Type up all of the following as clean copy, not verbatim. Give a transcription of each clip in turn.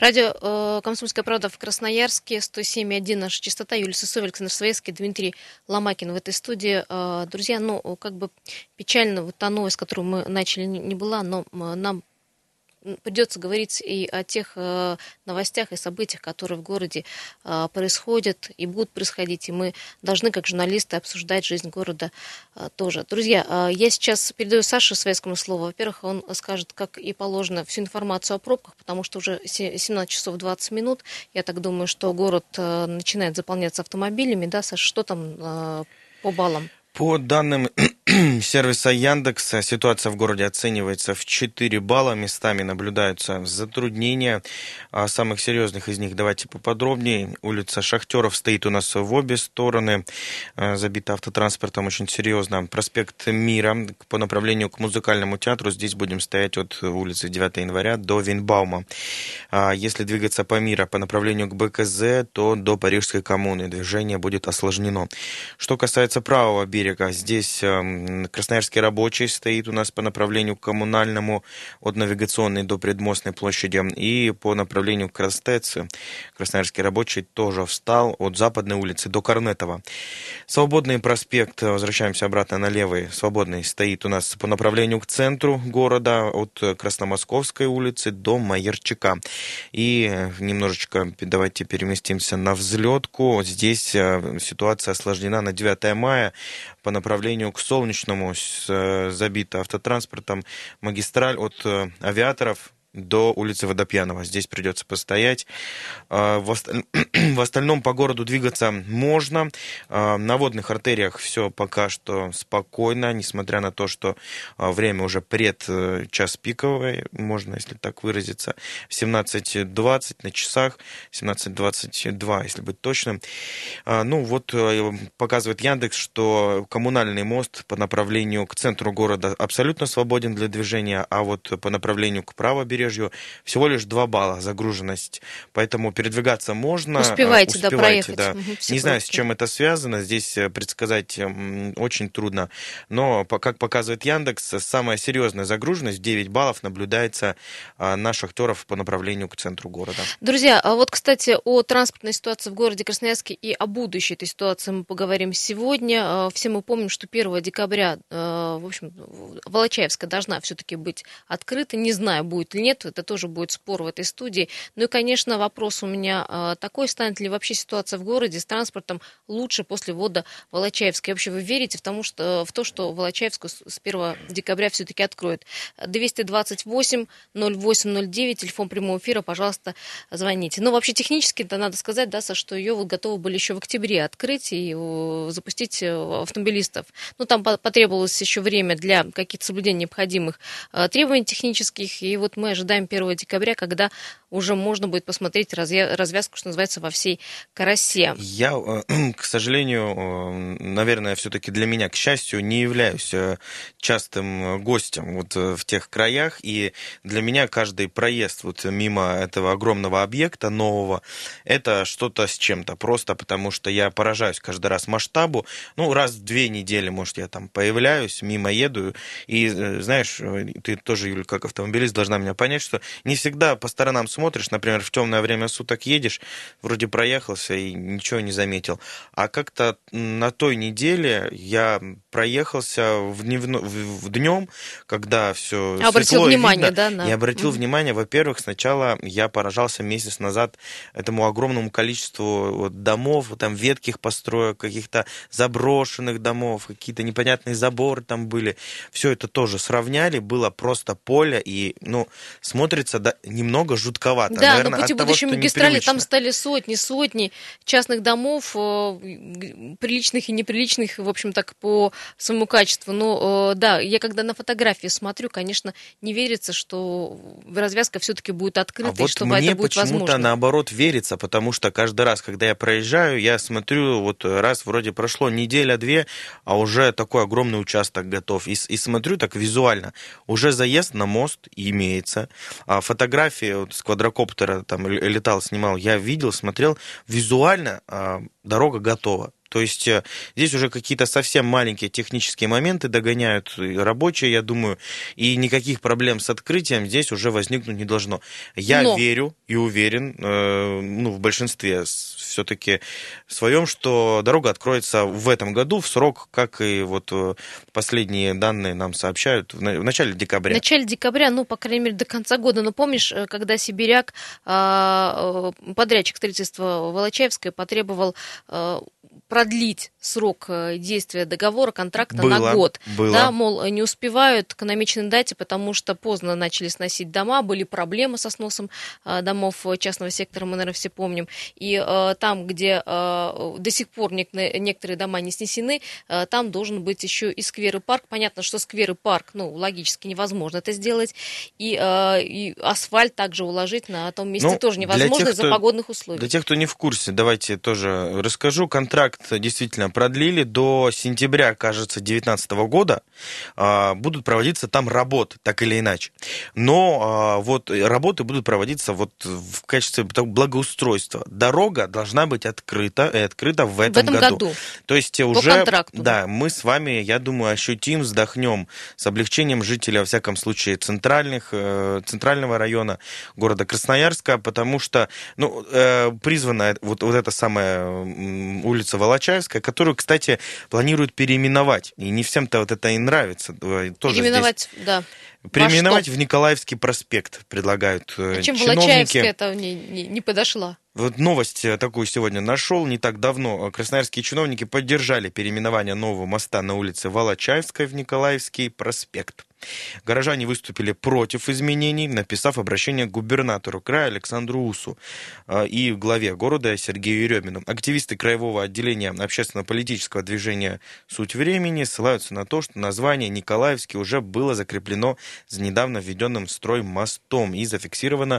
Радио «Комсомольская правда» в Красноярске, 107,1 наша частота. Юлия Сысоева, Александр Своевский, Дмитрий Ломакин в этой студии. Друзья, как бы печально, вот та новость, которую мы начали, не была, но нам придется говорить и о тех новостях и событиях, которые в городе происходят и будут происходить. И мы должны, как журналисты, обсуждать жизнь города тоже. Друзья, я сейчас передаю Саше Своевскому слово. Во-первых, он скажет, как и положено, всю информацию о пробках, потому что уже 17 часов 20 минут. Я так думаю, что город начинает заполняться автомобилями. Да, Саша, что там по баллам? По данным сервиса Яндекс, ситуация в городе оценивается в 4 балла. Местами наблюдаются затруднения. Самых серьезных из них давайте поподробнее. Улица Шахтеров стоит у нас в обе стороны. Забита автотранспортом очень серьезно. Проспект Мира по направлению к музыкальному театру. Здесь будем стоять от улицы 9 января до Винбаума. Если двигаться по Мира по направлению к БКЗ, то до Парижской коммуны движение будет осложнено. Что касается правого берега, здесь Красноярский рабочий стоит у нас по направлению к Коммунальному от Навигационной до Предмостной площади, и по направлению к Крастец Красноярский рабочий тоже встал от Западной улицы до Корнетова. Свободный проспект, возвращаемся обратно на левый, Свободный стоит у нас по направлению к центру города от Красномосковской улицы до Майерчика. И немножечко давайте переместимся на Взлетку. Здесь ситуация осложнена на 9 мая. По направлению к Солнечному забита автотранспортом магистраль от Авиаторов до улицы Водопьянова. Здесь придется постоять. В остальном по городу двигаться можно. На водных артериях все пока что спокойно, несмотря на то, что время уже час пиковое, можно, если так выразиться, 17:20 на часах, 17:22, если быть точным. Показывает Яндекс, что коммунальный мост по направлению к центру города абсолютно свободен для движения, а вот по направлению к правобережью всего лишь 2 балла загруженность. Поэтому передвигаться можно. Успевайте проехать. Да. Не знаю, с чем это связано. Здесь предсказать очень трудно. Но, как показывает Яндекс, самая серьезная загруженность, 9 баллов, наблюдается на Шахтеров по направлению к центру города. Друзья, а вот, кстати, о транспортной ситуации в городе Красноярске и о будущей этой ситуации мы поговорим сегодня. Все мы помним, что 1 декабря, в общем, Волочаевская должна все-таки быть открыта. Не знаю, будет или нет, это тоже будет спор в этой студии. Ну и, конечно, вопрос у меня такой, станет ли вообще ситуация в городе с транспортом лучше после ввода Волочаевской? Вообще вы верите в то, что Волочаевскую с 1 декабря все-таки откроют? 228-08-09, телефон прямого эфира, пожалуйста, звоните. Ну, вообще технически-то надо сказать, да, Саш, что ее готовы были еще в октябре открыть и запустить автомобилистов. Ну, там потребовалось еще время для каких-то соблюдений необходимых требований технических, и вот мы ожидаем 1 декабря, когда уже можно будет посмотреть развязку, что называется, во всей красе. Я, к сожалению, наверное, все-таки для меня, к счастью, не являюсь частым гостем вот в тех краях, и для меня каждый проезд вот мимо этого огромного объекта нового, это что-то с чем-то, просто потому что я поражаюсь каждый раз масштабу. Ну, раз в 2 недели, может, я там появляюсь, мимо еду, и, знаешь, ты тоже, Юль, как автомобилист, должна меня понять, что не всегда по сторонам смотришь, например, в темное время суток едешь, вроде проехался и ничего не заметил. А как-то на той неделе я проехался днем, когда все обратил светло внимание, и видно, да, и обратил внимание, во-первых, сначала я поражался месяц назад этому огромному количеству домов, там ветхих построек, каких-то заброшенных домов, какие-то непонятные заборы там были. Все это тоже сравняли, было просто поле, и, смотрится немного жутковато. Да, наверное, но пути будущей магистрали там стали сотни частных домов, приличных и неприличных, в общем, так по своему качеству. Но да, я когда на фотографии смотрю, конечно, не верится, что развязка все-таки будет открыта, и что это будет возможно. Мне почему-то наоборот верится, потому что каждый раз, когда я проезжаю, я смотрю, вот раз вроде прошло неделя-2, а уже такой огромный участок готов. И смотрю так визуально. Уже заезд на мост имеется. Фотографии вот с квадрокоптера там летал, снимал, я видел, смотрел. Визуально дорога готова. То есть здесь уже какие-то совсем маленькие технические моменты догоняют рабочие, я думаю, и никаких проблем с открытием здесь уже возникнуть не должно. Я Но верю и уверен, в большинстве все-таки своем, что дорога откроется в этом году в срок, как и вот последние данные нам сообщают, в начале в декабря. начале декабря, по крайней мере, до конца года. Но помнишь, когда Сибиряк, подрядчик строительства Волочаевской, потребовал продлить срок действия договора, контракта на год. Было. Да, мол, не успевают к намеченной дате, потому что поздно начали сносить дома, были проблемы со сносом домов частного сектора, мы, наверное, все помним. И там, где до сих пор некоторые дома не снесены, там должен быть еще и сквер и парк. Понятно, что сквер и парк, логически невозможно это сделать. И асфальт также уложить на том месте тоже невозможно из-за погодных условий. Для тех, кто не в курсе, давайте тоже расскажу. Контракт действительно продлили до сентября, кажется, 2019 года. Будут проводиться там работы, так или иначе. Но вот работы будут проводиться вот в качестве благоустройства. Дорога должна быть открыта в этом году. То есть уже, контракту. Да, мы с вами, я думаю, ощутим, вздохнем с облегчением жителей, во всяком случае, центрального района города Красноярска, потому что призвана вот эта самая улица Волочаевская, которую, кстати, планируют переименовать. И не всем-то вот это и нравится. Тоже переименовать, здесь... да. Переименовать в Николаевский проспект предлагают чем чиновники. Волочаевская это не подошла? Вот новость такую сегодня нашел. Не так давно красноярские чиновники поддержали переименование нового моста на улице Волочаевской в Николаевский проспект. Горожане выступили против изменений, написав обращение к губернатору края Александру Усу и главе города Сергею Еремину. Активисты краевого отделения общественно-политического движения «Суть времени» ссылаются на то, что название Николаевский уже было закреплено за недавно введенным в строй мостом и зафиксировано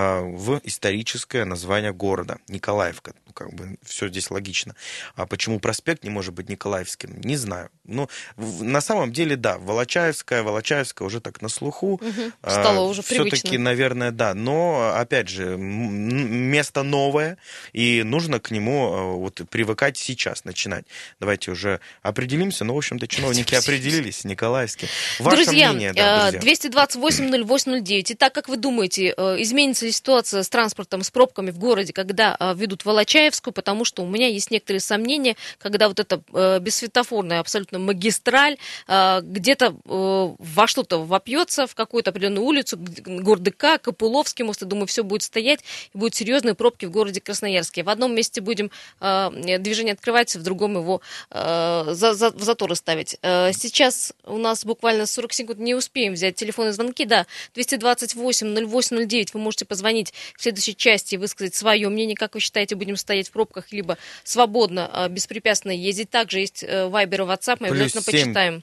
в историческое название города Николаевка. Все здесь логично. А почему проспект не может быть Николаевским, не знаю. На самом деле, да, Волочаевская уже так на слуху. Стало уже привычно. Все-таки, наверное, да. Но, опять же, место новое, и нужно к нему привыкать сейчас, начинать. Давайте уже определимся. В общем-то, чиновники определились, Николаевский. Ваше мнение, да, друзья. 228-08-09. Итак, как вы думаете, изменится ли ситуация с транспортом, с пробками в городе, когда ведут Волочаевскую? Потому что у меня есть некоторые сомнения, когда вот эта бессветофорная абсолютно магистраль где-то во что-то вопьется, в какую-то определенную улицу, Гордыка, Копыловский мост, я думаю, все будет стоять, и будут серьезные пробки в городе Красноярске. В одном месте будем движение открывать, в другом его в заторы ставить. Сейчас у нас буквально 40 секунд, не успеем взять телефонные звонки. Да, 228-08-09, вы можете позвонить в следующей части и высказать свое мнение, как вы считаете, будем стоять в пробках, либо свободно, беспрепятственно ездить. Также есть Вайбер и WhatsApp, мы обязательно почитаем.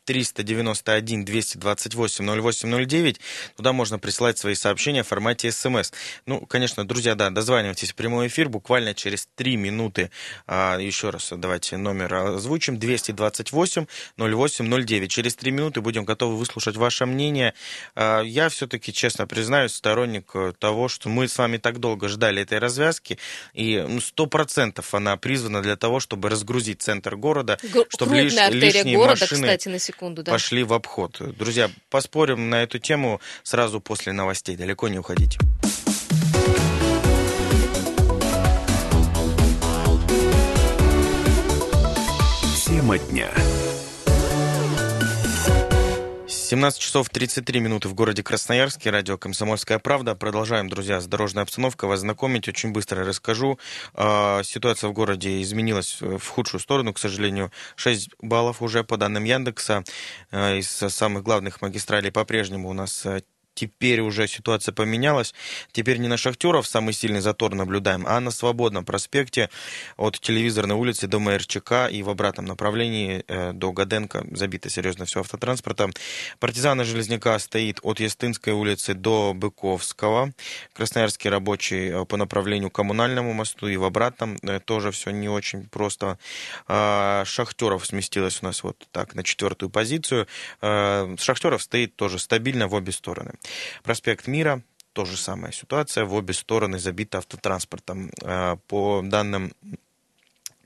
391-228-08-09. Туда можно присылать свои сообщения в формате СМС. Конечно, друзья, да, дозванивайтесь в прямой эфир буквально через 3 минуты. Еще раз давайте номер озвучим. 228-08-09. Через 3 минуты будем готовы выслушать ваше мнение. Я все-таки, честно признаюсь, сторонник того, что мы с вами так долго ждали этой развязки, и 100% она призвана для того, чтобы разгрузить центр города, чтобы лишние города, машины, кстати, на секунду, да, пошли в обход. Друзья, поспорим на эту тему сразу после новостей. Далеко не уходите. Тема дня. 17 часов 33 минуты в городе Красноярске. Радио «Комсомольская правда». Продолжаем, друзья, с дорожной обстановкой вас знакомить. Очень быстро расскажу. Ситуация в городе изменилась в худшую сторону. К сожалению, 6 баллов уже по данным Яндекса. Из самых главных магистралей по-прежнему у нас теперь уже ситуация поменялась. Теперь не на Шахтеров самый сильный затор наблюдаем, а на Свободном проспекте от Телевизорной улицы до МРЧК и в обратном направлении до Гаденко забито серьезно все автотранспортом. Партизана Железняка стоит от Ястынской улицы до Быковского. Красноярский рабочий по направлению к Коммунальному мосту и в обратном тоже все не очень просто. Шахтеров сместилась у нас вот так на 4-ю позицию. Шахтеров стоит тоже стабильно в обе стороны. Проспект Мира, то же самая ситуация, в обе стороны забита автотранспортом. По данным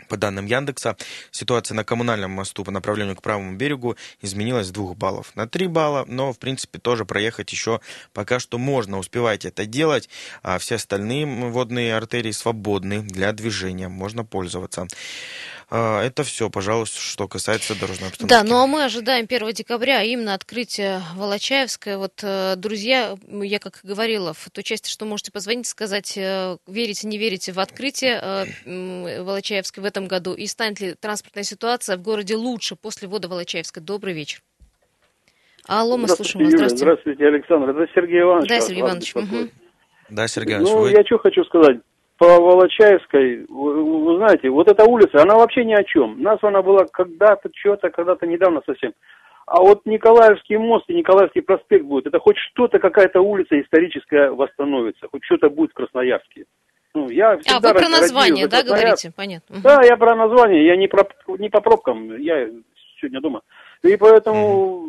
По данным Яндекса, ситуация на коммунальном мосту по направлению к правому берегу изменилась с 2 баллов на 3 балла, но, в принципе, тоже проехать еще пока что можно. Успевайте это делать, а все остальные водные артерии свободны для движения, можно пользоваться. Это все, пожалуйста, что касается дорожной обстановки. Да, ну а мы ожидаем 1 декабря, именно открытие Волочаевской. Вот, друзья, я как говорила в той части, что можете позвонить, сказать, верите, не верите в открытие Волочаевской в этом году, и станет ли транспортная ситуация в городе лучше после ввода Волочаевской. Добрый вечер. Алло, мы слушаем вас. Здравствуйте, Юля. Здравствуйте, Александр. Это Сергей Иванович. Да, Сергей Иванович. Угу. Да, Сергей Иванович. Я что хочу сказать. По Волочаевской, вы знаете, вот эта улица, она вообще ни о чем. Названа была когда-то, когда-то недавно совсем. А вот Николаевский мост и Николаевский проспект будет, это хоть что-то, какая-то улица историческая восстановится, хоть что-то будет в Красноярске. Я вы про название, да, говорите? Понятно. Угу. Да, я про название, я не по пробкам, я сегодня дома. И поэтому,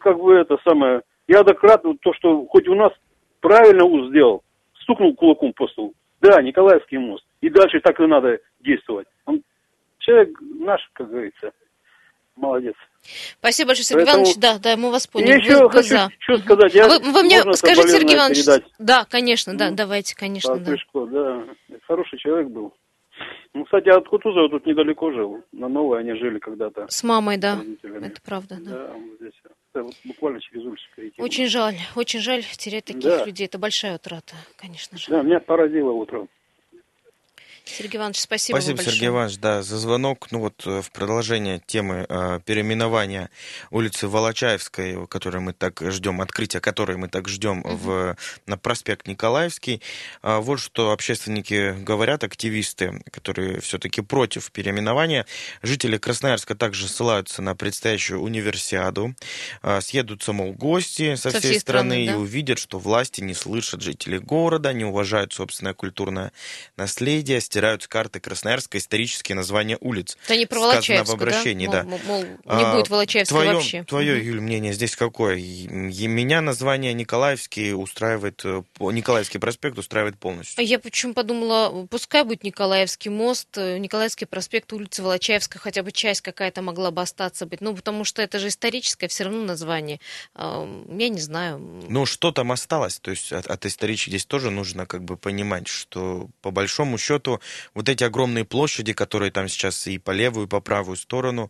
я рад, то, что хоть у нас правильно УЗ сделал, стукнул кулаком по столу. Да, Николаевский мост. И дальше так и надо действовать. Он человек наш, как говорится, молодец. Спасибо большое, Сергей Иванович. Да, мы вас поняли. Я еще хочу что сказать. Вы мне скажите, Сергей Иванович. Передать? Да, конечно, да, давайте, конечно. Крышко, да. Хороший человек был. Кстати, от Кутузова тут недалеко жил. На Новой они жили когда-то. С мамой, да. Это правда, да. Да, здесь. Вот буквально через улицу перейти. Очень жаль терять таких людей. Это большая утрата, конечно же. Да, меня поразило утром. Сергей Иванович, спасибо вам большое. Сергей Иванович, за звонок. В продолжение темы переименования улицы Волочаевской, открытия которой мы так ждем на проспект Николаевский. Вот что общественники говорят, активисты, которые все-таки против переименования. Жители Красноярска также ссылаются на предстоящую универсиаду. Съедутся, гости со всей страны и увидят, что власти не слышат жителей города, не уважают собственное культурное наследие, стирают с карты Красноярска исторические названия улиц. Это не про Волочаевскую, в обращении, да? Мол, не будет Волочаевской вообще. Твое, Юль, мнение здесь какое? Меня название Николаевский устраивает, Николаевский проспект устраивает полностью. Я почему подумала, пускай будет Николаевский мост, Николаевский проспект, улица Волочаевская, хотя бы часть какая-то могла бы остаться быть. Потому что это же историческое все равно название. Я не знаю. Что там осталось? То есть от исторических здесь тоже нужно понимать, что по большому счету вот эти огромные площади, которые там сейчас и по левую, и по правую сторону,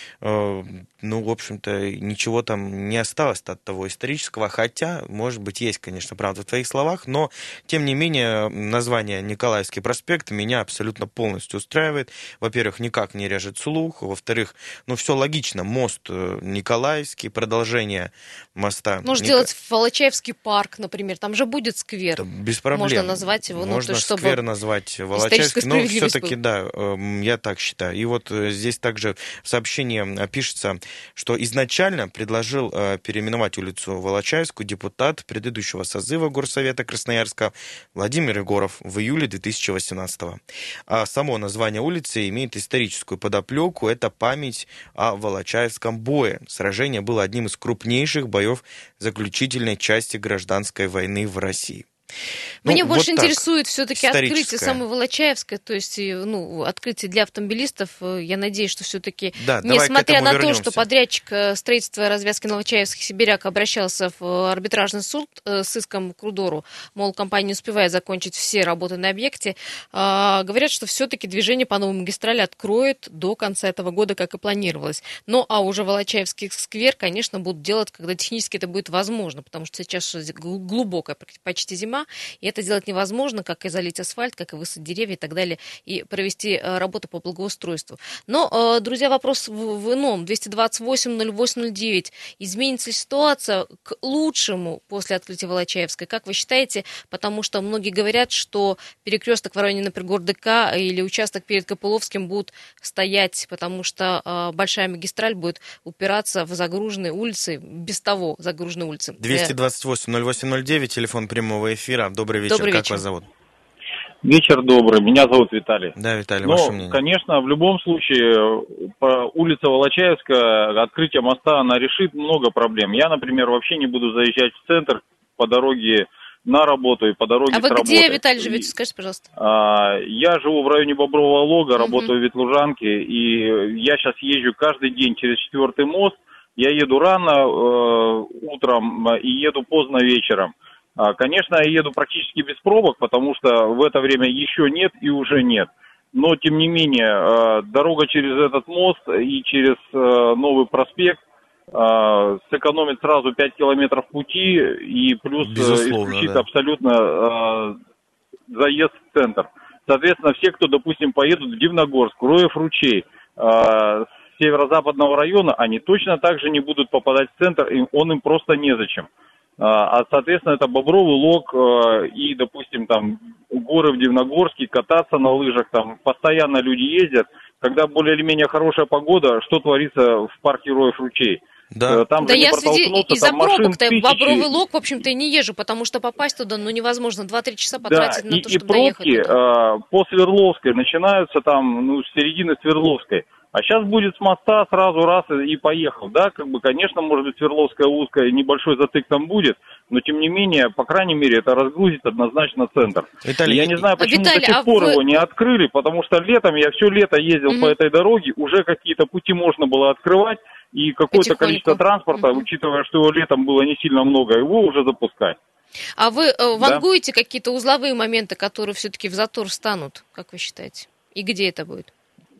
в общем-то, ничего там не осталось от того исторического, хотя, может быть, есть, конечно, правда в твоих словах, но, тем не менее, название Николаевский проспект меня абсолютно полностью устраивает. Во-первых, никак не режет слух, во-вторых, все логично, мост Николаевский, продолжение моста. Можно сделать Волочаевский парк, например, там же будет сквер. Да, без проблем. Можно назвать его, можно чтобы сквер назвать Волочаевский, но все-таки, да, я так считаю. И здесь также в сообщении пишется, что изначально предложил переименовать улицу Волочаевскую депутат предыдущего созыва Горсовета Красноярска Владимир Егоров в июле 2018-го. А само название улицы имеет историческую подоплеку. Это память о Волочаевском бое. Сражение было одним из крупнейших боев заключительной части гражданской войны в России. Меня больше интересует все-таки открытие самой Волочаевской, то есть открытие для автомобилистов. Я надеюсь, что все-таки, несмотря на то, что подрядчик строительства развязки на Волочаевских Сибиряк обращался в арбитражный суд с иском к РУДОРу, мол, компания не успевает закончить все работы на объекте, говорят, что все-таки движение по новой магистрали откроет до конца этого года, как и планировалось. А уже Волочаевский сквер, конечно, будут делать, когда технически это будет возможно, потому что сейчас глубокая почти зима, и это сделать невозможно, как и залить асфальт, как и высадить деревья и так далее, и провести работы по благоустройству. Но, друзья, вопрос в ином. 228-08-09. Изменится ли ситуация к лучшему после открытия Волочаевской? Как вы считаете? Потому что многие говорят, что перекресток Воронина-Пригород ДК или участок перед Копыловским будут стоять, потому что большая магистраль будет упираться в загруженные улицы, без того загруженные улицы. 228-08-09, телефон прямого эфира. Добрый вечер. Как вас зовут? Вечер добрый. Меня зовут Виталий. Да, Виталий, ваше мнение. Конечно, в любом случае, улица Волочаевская, открытие моста, она решит много проблем. Я, например, вообще не буду заезжать в центр по дороге на работу и по дороге А с вы работы. где, Виталий, живете? Скажите, пожалуйста. Я живу в районе Бобрового Лога, работаю в Ветлужанке, и я сейчас езжу каждый день через 4-й мост. Я еду рано утром и еду поздно вечером. Конечно, я еду практически без пробок, потому что в это время еще нет и уже нет. Но, тем не менее, дорога через этот мост и через Новый проспект сэкономит сразу 5 километров пути и плюс исключит абсолютно заезд в центр. Соответственно, все, кто, допустим, поедут в Дивногорск, Роев ручей, с северо-западного района, они точно так же не будут попадать в центр, и он им просто незачем. Соответственно, это Бобровый Лог и, допустим, там горы в Дивногорске, кататься на лыжах, там постоянно люди ездят. Когда более или менее хорошая погода, что творится в парке Роев ручей? Да, там да, же я из-за пробок-то тысячи. Бобровый Лог, в общем-то, и не езжу, потому что попасть туда, невозможно, 2-3 часа потратить на то, чтобы доехать туда. И пробки по Свердловской начинаются там, с середины Свердловской. А сейчас будет с моста сразу раз и поехал, да, конечно, может быть, Свердловская узкая, небольшой затык там будет, но, тем не менее, по крайней мере, это разгрузит однозначно центр. Виталий, я не знаю, почему Виталий, до сих пор его не открыли, потому что летом, я все лето ездил по этой дороге, уже какие-то пути можно было открывать, и какое-то количество транспорта, учитывая, что его летом было не сильно много, его уже запускать. А вы вангуете какие-то узловые моменты, которые все-таки в затор встанут, как вы считаете? И где это будет?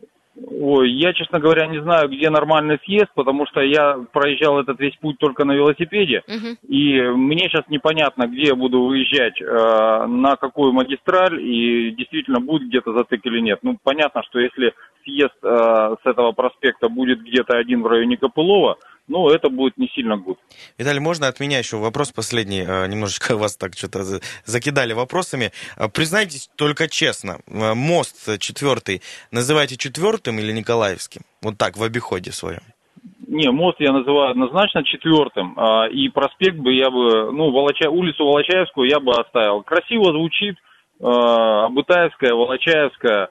Ой, я, честно говоря, не знаю, где нормальный съезд, потому что я проезжал этот весь путь только на велосипеде, и мне сейчас непонятно, где я буду выезжать, на какую магистраль, и действительно будет где-то затык или нет. Ну, понятно, что если съезд с этого проспекта будет где-то один в районе Копылова, ну, это будет не сильно гуд. Виталий, можно от меня еще вопрос последний? Немножечко вас так что-то закидали вопросами. Признайтесь только честно, мост 4-й называете 4-м или Николаевским? Вот так, в обиходе своем. Не, мост я называю однозначно 4-м. И проспект бы я бы, улицу Волочаевскую я бы оставил. Красиво звучит, Абытаевская, Волочаевская.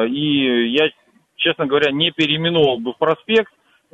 И я, честно говоря, не переименовал бы в проспект,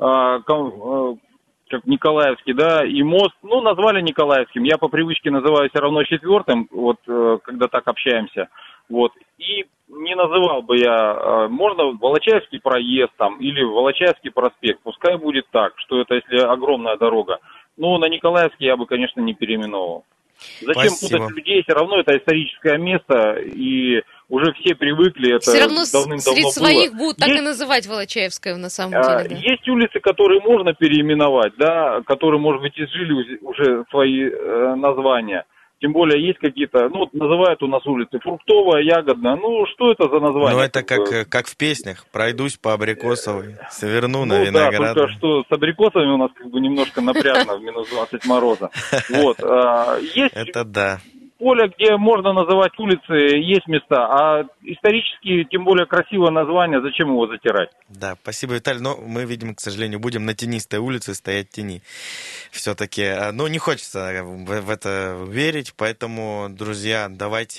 как Николаевский, да, и мост, назвали Николаевским, я по привычке называю все равно 4-м, вот, когда так общаемся, вот, и не называл бы я, можно Волочаевский проезд там, или Волочаевский проспект, пускай будет так, что это если огромная дорога, но на Николаевский я бы, конечно, не переименовал. Зачем путать людей, все равно это историческое место, и уже все привыкли, это все равно давным-давно среди своих было. будут так и называть Волочаевская на самом деле. Да. Есть улицы, которые можно переименовать, да, которые, может быть, изжили уже свои названия. Тем более есть какие-то, называют у нас улицы Фруктовая, Ягодная. Что это за название? Это как в песнях. Пройдусь по Абрикосовой, сверну на Виноградную. Да, только что с абрикосами у нас немножко напряжно в минус 20 мороза. Вот. Есть... Это да. Поле, где можно называть улицы, есть места, а исторически, тем более красивое название, зачем его затирать? Да, спасибо, Виталий, но мы, видимо, к сожалению, будем на тенистой улице стоять в тени все-таки. Не хочется в это верить, поэтому, друзья, давайте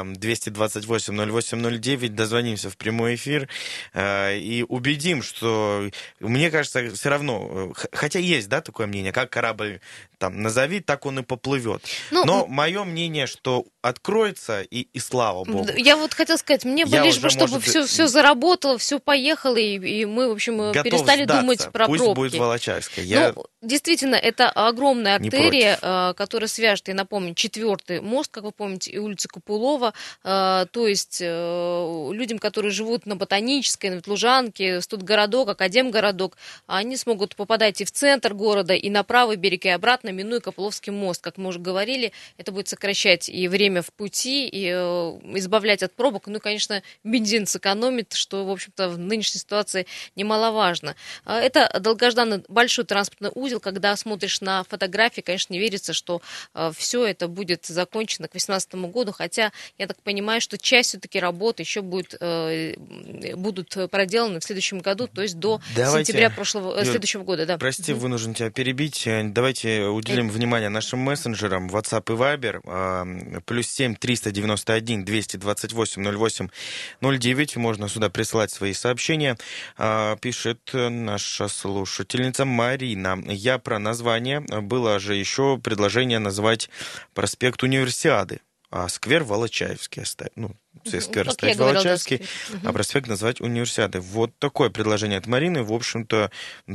228-08-09 дозвонимся в прямой эфир и убедим, что, мне кажется, все равно, хотя есть, да, такое мнение, как корабль там назови, так он и поплывет. Но мое мнение, что откроется, и слава богу. Я вот хотела сказать, мне бы лишь бы, чтобы все заработало, все поехало, и мы, в общем, перестали думать про пусть пробки. Будет Волочаевская. Действительно, это огромная артерия, которая свяжет, и напомню, 4-й мост, как вы помните, и улица Копылова, то есть людям, которые живут на Ботанической, на Ветлужанке, Студгородок, Академгородок, они смогут попадать и в центр города, и на правый берег, и обратно, минуя Копыловский мост. Как мы уже говорили, это будет сокращать и время в пути, и избавлять от пробок, и, конечно, бензин сэкономит, что, в общем-то, в нынешней ситуации немаловажно. Это долгожданный большой транспортный узел, когда смотришь на фотографии, конечно, не верится, что все это будет закончено к 2018 году, хотя я так понимаю, что часть все-таки работы еще будут проделаны в следующем году, то есть до сентября следующего года. Да. Прости, вынужден тебя перебить. Давайте уделим внимание нашим мессенджерам WhatsApp и Viber. +7 391 228 08 09. Можно сюда присылать свои сообщения. Пишет наша слушательница Марина. я про название. Было же еще предложение назвать проспект Универсиады, а сквер Волочаевский оставить. Ну, сквер оставить Волочаевский, а проспект назвать Универсиадой. Вот такое предложение от Марины. В общем-то,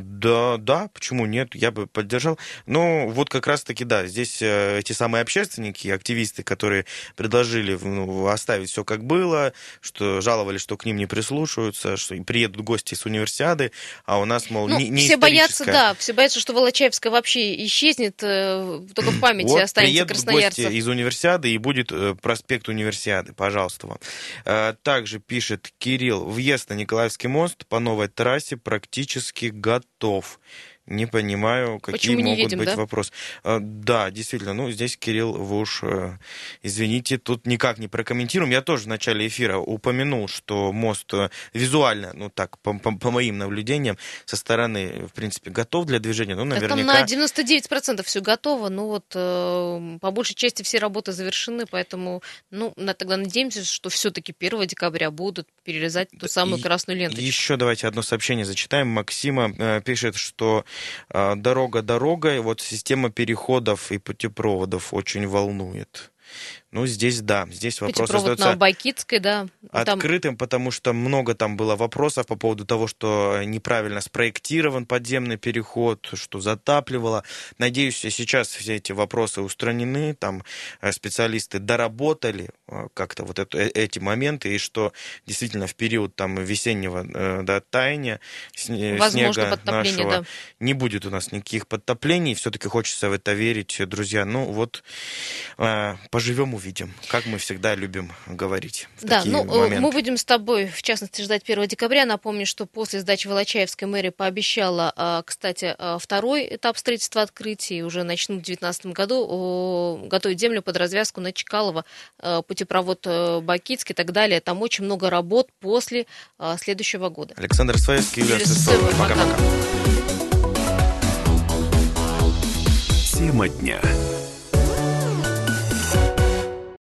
да, почему нет, я бы поддержал. Но вот как раз-таки, да, здесь эти самые общественники, активисты, которые предложили оставить все как было, что жаловались, что к ним не прислушиваются, что приедут гости с Универсиады, а у нас, мол, не все боятся, историческая. все боятся, что Волочаевская вообще исчезнет, только в памяти Вот останется приедут красноярцев. гости из Универсиады, и будет проспект Универсиады, пожалуйста. Также пишет Кирилл: въезд на Николаевский мост по новой трассе практически готов. Не понимаю, какие могут быть вопросы. Да, действительно, ну, здесь, Кирилл, вы уж, извините, тут никак не прокомментируем. Я тоже в начале эфира упомянул, что мост визуально, ну, так, по моим наблюдениям, со стороны, в принципе, готов для движения, ну, наверняка... Там на 99% все готово, ну, вот, по большей части все работы завершены, поэтому, ну, тогда надеемся, что все-таки 1 декабря будут перерезать ту самую красную ленточку. Еще давайте одно сообщение зачитаем. Максима пишет, что дорога дорогой, вот система переходов и путепроводов очень волнует. Ну, здесь, да, здесь вопрос остается на Байкитской, да. открытым, потому что много там было вопросов по поводу того, что неправильно спроектирован подземный переход, что затапливало. Надеюсь, сейчас все эти вопросы устранены, там специалисты доработали как-то вот эти моменты, и что действительно в период там весеннего таяния снега нашего не будет у нас никаких подтоплений. Все-таки хочется в это верить, друзья. Ну, вот поживем, увидим, как мы всегда любим говорить в такие моменты. Мы будем с тобой, в частности, ждать 1 декабря. Напомню, что после сдачи Волочаевской мэрия пообещала, кстати, второй этап строительства открытия. Уже начнут в 2019 году готовить землю под развязку на Чкалово, путепровод Бакитский и так далее. Там очень много работ после следующего года. Александр Своевский, Юлия Сысоева. Пока-пока. Тема дня.